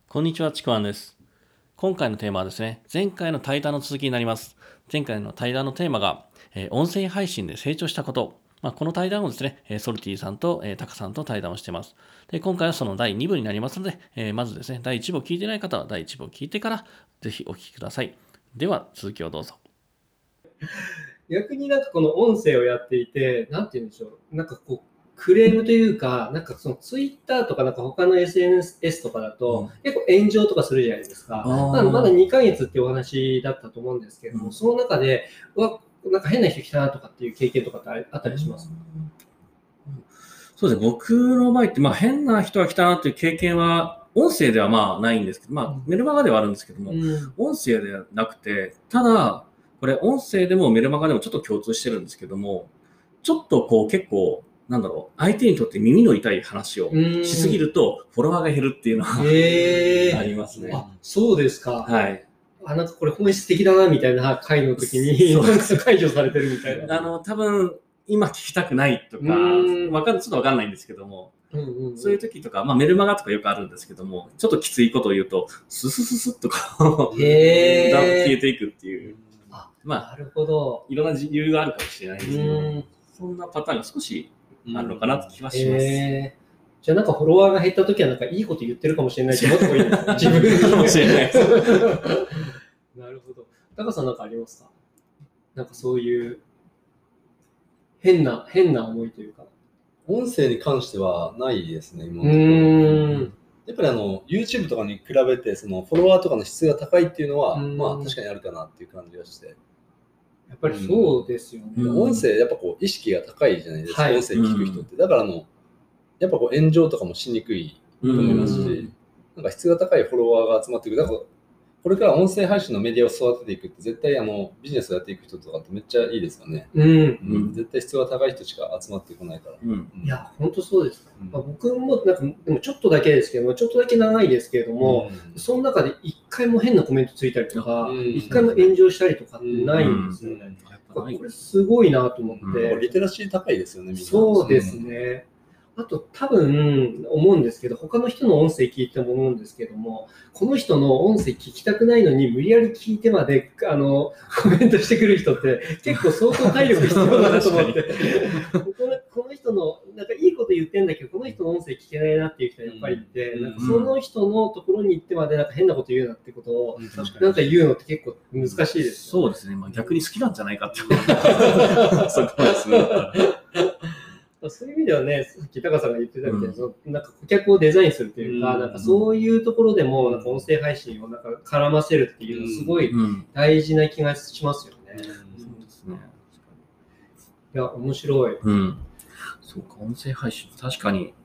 こんにちは、ちくわんです。今回のテーマはですね、前回の対談の続きになります。前回の対談のテーマが、音声配信で成長したこと。この対談をですね、ソルティさんと、タカさんと対談をしています。で、今回はその第2部になりますので、まずですね、第1部を聞いていない方は第1部を聞いてから、ぜひお聞きください。では、続きをどうぞ。 逆にこの音声をやっていて、なんて言うんでしょう、クレームというか、そのツイッターとか他の SNS とかだと、結構炎上とかするじゃないですか。まだ2ヶ月っていうお話だったと思うんですけども、その中で、変な人来たなとかっていう経験とかってあったりしますか？ そうですね、僕の場合って、変な人が来たなっていう経験は、音声ではないんですけど、メルマガではあるんですけども、音声ではなくて、ただ、これ音声でもメルマガでもちょっと共通してるんですけども、ちょっと結構、相手にとって耳の痛い話をしすぎると、フォロワーが減るっていうのは、ありますね。 そうですか。 はい。 これ本質的だなみたいな回の時に、解除されてるみたいな。 多分、今聞きたくないとか、ちょっとわかんないんですけども、そういう時とか、メルマガとかよくあるんですけども、ちょっときついことを言うと、ススススッと消えていくっていう。 なるほど。 いろんな理由があるかもしれないですけど、そんなパターンが少しあるのかなって気はします。 じゃあフォロワーが減った時はいいこと言ってるかもしれないけど、自分にかもしれないです。 なるほど。タカさんありますか？そういう変な思いというか。 音声に関してはないですね、今のところ。やっぱりYouTube とかに比べてそのフォロワーとかの質が高いっていうのは、確かにあるかなっていう感じがして。 やっぱりそうですよね。 音声やっぱ意識が高いじゃないですか、音声聞く人って。だからやっぱ炎上とかもしにくいと思いますし、質が高いフォロワーが集まってくる。だからこれから音声配信のメディアを育てていくって絶対ビジネスをやっていく人とかってめっちゃいいですよね。絶対質が高い人しか集まってこないから。 いや、本当そうです。僕もでもちょっとだけですけども、ちょっとだけ長いですけれども、その中で一回も変なコメントついたりとか、一回も炎上したりとかってないんですよね。これすごいなと思って。 リテラシー高いですよね、みんな。 そうですね。あと多分思うんですけど、他の人の音声聞いても思うんですけども、この人の音声聞きたくないのに無理やり聞いてまでコメントしてくる人って結構相当体力必要だなと思ってこの人のいいこと言ってんだけど、この人の音声聞けないなっていう人はやっぱりいて、その人のところに行ってまで変なこと言うなってことを言うのって結構難しいです、 そうですね。逆に好きなんじゃないかってそこまでする。 そういう意味ではね、さっき高さんが言ってたみたいに、顧客をデザインするというか、そういうところでも音声配信を絡ませるっていうのはすごい大事な気がしますよね。 そうですね。 いや、面白い。 そうか、音声配信確かに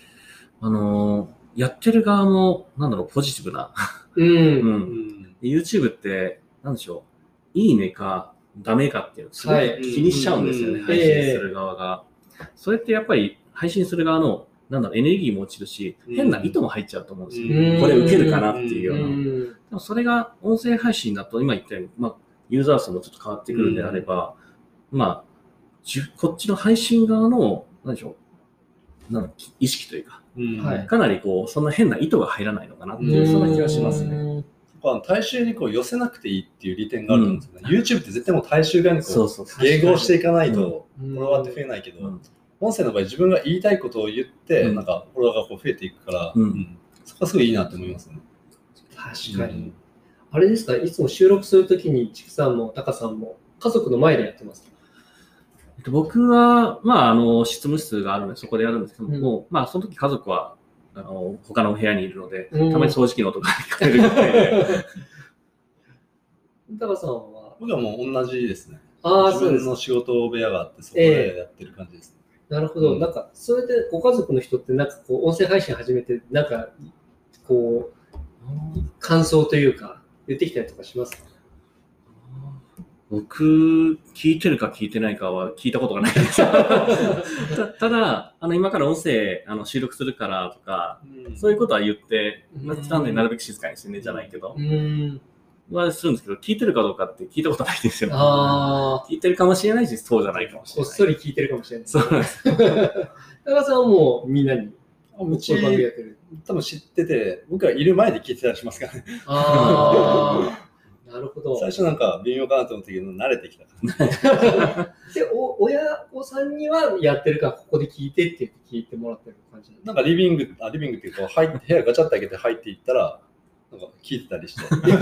やってる側もポジティブな。YouTube ってなんでしょう、いいねかダメかっていうのをすごい気にしちゃうんですよね、配信する側が。それってやっぱり配信する側のエネルギーも落ちるし、変な意図も入っちゃうと思うんですよ。これ受けるかなっていうような。でもそれが音声配信だと今言ったように、ユーザー数もちょっと変わってくるんであれば、こっちの配信側の意識というか、かなりそんな変な意図が入らないのかなっていう、そんな気がしますね。 大衆に寄せなくていいっていう利点があるんですよね。YouTube って絶対もう大衆側に迎合していかないとフォロワーって増えないけど、音声の場合自分が言いたいことを言って、フォロワーが増えていくから、そこはすごいいいなって思いますね。 確かに。あれですか、いつも収録するときに、ちくさんもタカさんも家族の前でやってますか？ 僕は、執務室があるのでそこでやるんですけども、その時家族は他の部屋にいるので、たまに掃除機の音が聞こえるので。 タカさんは？ 僕はもう同じですね。自分の仕事部屋があって、そこでやってる感じですね。 なるほど。それでご家族の人って音声配信始めて、感想というか、言ってきたりとかしますか？ 僕、聞いてるか聞いてないかは聞いたことがないですただ、今から音声収録するからとか、そういうことは言ってたんで、なるべく静かにしてねじゃないけど、はするんですけど、聞いてるかどうかって聞いたことないですよね。聞いてるかもしれないし、そうじゃないかもしれない。 こっそり聞いてるかもしれない。 そうなんです。 高さんはもうみんなに。 うちこういう番組やってる。 多分知ってて、僕らいる前で聞いてたりしますからね。 ああ、なるほど。 最初なんか微妙かなと思ったけど、慣れてきたから。 で、親御さんにはやってるから、ここで聞いてって言って聞いてもらってる感じなんかリビングっていうか、部屋ガチャって開けて入っていったら、なんか聞いてたりして。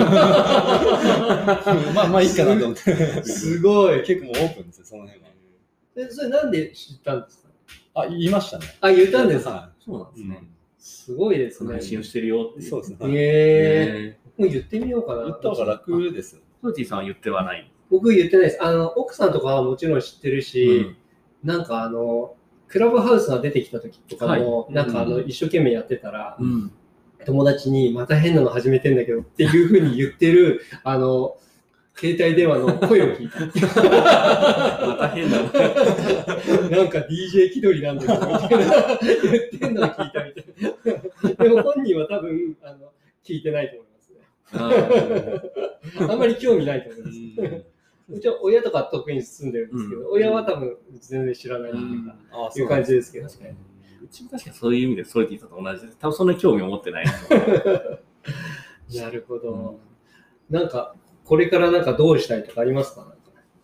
まあいいかなと思って。 すごい。 結構もうオープンですよ、その辺は。 で、それなんで知ったんですか？ あ、言いましたね。 あ、言ったんですか？ はそうなんですね。 すごいですね。 その配信をしてるよっていう。 そうですね。 もう言ってみようかな。 言った方が楽ですよ。 ソルティさんは言ってはない。 僕言ってないです。奥さんとかはもちろん知ってるし、なんかクラブハウスが出てきた時とかも、なんか一生懸命やってたら、友達にまた変なの始めてんだけどっていう風に言ってる、携帯電話の声を聞いた。 また変なの。 なんか DJ 気取りなんですよみたいな言ってんのを聞いたみたいな。でも本人は多分聞いてないと思いますね。あんまり興味ないと思います。うちは親とか特に住んでるんですけど、親は多分全然知らないっていう感じですけどね。 うちも確かにそういう意味でソルティさんと同じです。多分そんな興味を持ってない。 なるほど。なんかこれからなんかどうしたいとかありますか？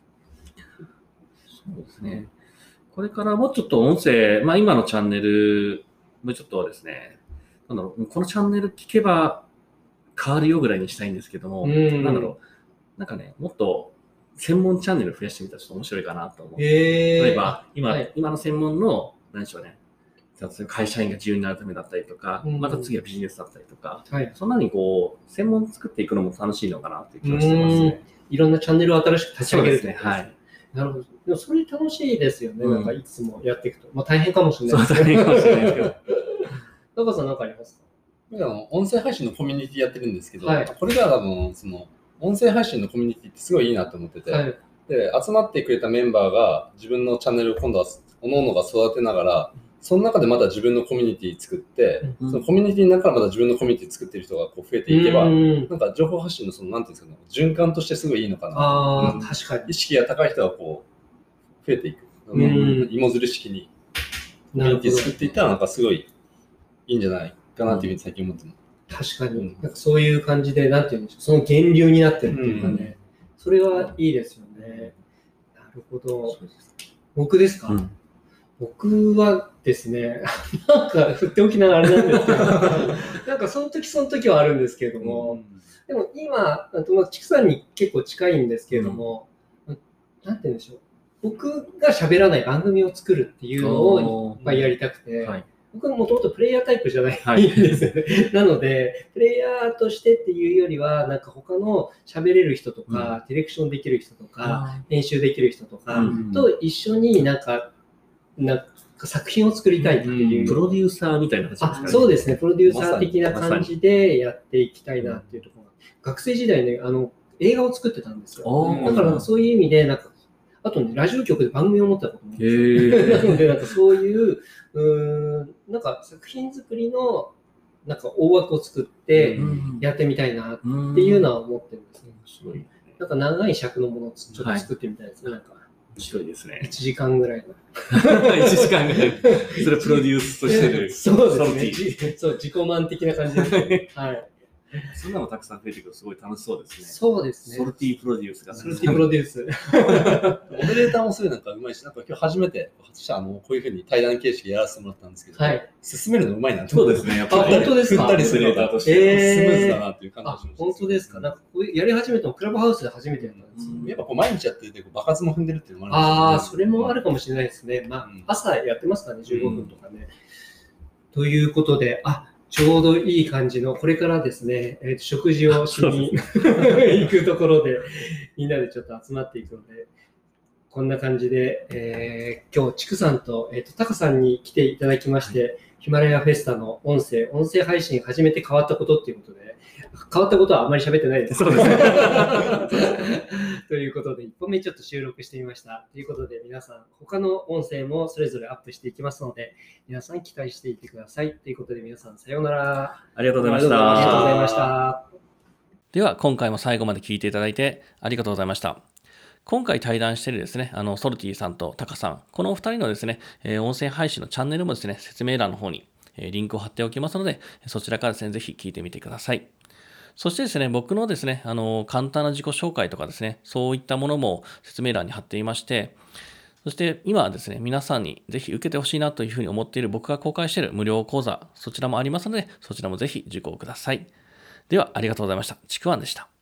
そうですね。これからもうちょっと音声、今のチャンネル、もうちょっとですね、このチャンネル聞けば変わるよぐらいにしたいんですけども、なんかね、もっと専門チャンネル増やしてみたらちょっと面白いかなと思う。例えば、今の専門の、何でしょうね、会社員が自由になるためだったりとか、また次はビジネスだったりとか、そんなに専門作っていくのも楽しいのかなっていう気がしてますね。 いろんなチャンネルを新しく立ち上げるってことですね。 はい。 なるほど。でもそれ楽しいですよね。なんかいつもやっていくと。大変かもしれないですけど。大変かもしれないですけど。 中さん何かありますか？ 音声配信のコミュニティやってるんですけど、これが多分、音声配信のコミュニティってすごいいいなと思ってて、で、集まってくれたメンバーが自分のチャンネルを今度は各々が育てながら、その中でまた自分のコミュニティ作って、そのコミュニティの中からまた自分のコミュニティ作ってる人が増えていけば、なんか情報発信のなんていうんですかね、循環としてすごいいいのかな。 確かに。 意識が高い人は増えていく。芋づる式にコミュニティ作っていったらなんかすごいいいんじゃないかなっていうふうに最近思ってます。 確かに。なんかそういう感じで、なんていうんでしょう、その源流になってるっていうかね、それはいいですよね。なるほど。僕ですか？僕はですね、なんか振っておきながらあれなんですけど、なんかその時はあるんですけれども、でも今、畜さんに結構近いんですけれども、なんて言うんでしょう、僕が喋らない番組を作るっていうのをいっぱいやりたくて、僕はもともとプレイヤータイプじゃないんですよね。なので、プレイヤーとしてっていうよりは、なんか他の喋れる人とか、ディレクションできる人とか、編集できる人とかと一緒になんか作品を作りたいっていう。 プロデューサーみたいな感じですかね。 そうですね。プロデューサー的な感じでやっていきたいなっていうところ。学生時代ね、映画を作ってたんですよ。だからそういう意味で、なんか、あとね、ラジオ局で番組を持ったこともあるんですよ。なので、なんかそういう、なんか作品作りの、なんか大枠を作ってやってみたいなっていうのは思ってるんですね。なんか長い尺のものをちょっと作ってみたいですね。なんか面白いですね。 1時間ぐらいの。 1時間ぐらい。それプロデュースとしてる。 そうですね。そう、自己満的な感じですね。はい。 そんなのたくさん増えてくるとすごい楽しそうですね。 そうですね。 ソルティプロデュースが。 ソルティプロデュース。 モデレーターもすごいなんかうまいし、なんか今日初めてこういうふうに対談形式でやらせてもらったんですけど、進めるのうまいなと思って。 そうですね。やっぱり本当ですか？ 振ったりするのがスムーズだなっていう感じがしました。 本当ですか？なんかこうやり始めたのクラブハウスで初めてやったんですよ。 やっぱ毎日やってて場数も踏んでるっていうのもあるんですよね。 それもあるかもしれないですね。朝やってますからね、15分とかね。ということで、ちょうどいい感じの、これからですね、食事をしに行くところで、みんなでちょっと集まっていくので、こんな感じで、今日、ちくさんと、たかさんに来ていただきまして、ヒマラヤフェスタの音声配信始めて変わったことっていうことで、変わったことはあまり喋ってないです。 そうですね。 ということで、1本目ちょっと収録してみました。ということで、皆さん、他の音声もそれぞれアップしていきますので、皆さん期待していてください。ということで、皆さん、さようなら。 ありがとうございました。 ありがとうございました。 では、今回も最後まで聞いていただいてありがとうございました。今回対談しているですね、ソルティさんとタカさん、このお二人のですね、音声配信のチャンネルもですね、説明欄の方にリンクを貼っておきますので、そちらからですね、ぜひ聞いてみてください。そしてですね、僕のですね、簡単な自己紹介とかですね、そういったものも説明欄に貼っていまして、そして今はですね、皆さんにぜひ受けてほしいなというふうに思っている僕が公開している無料講座、そちらもありますので、そちらもぜひ受講ください。では、ありがとうございました。ちくわんでした。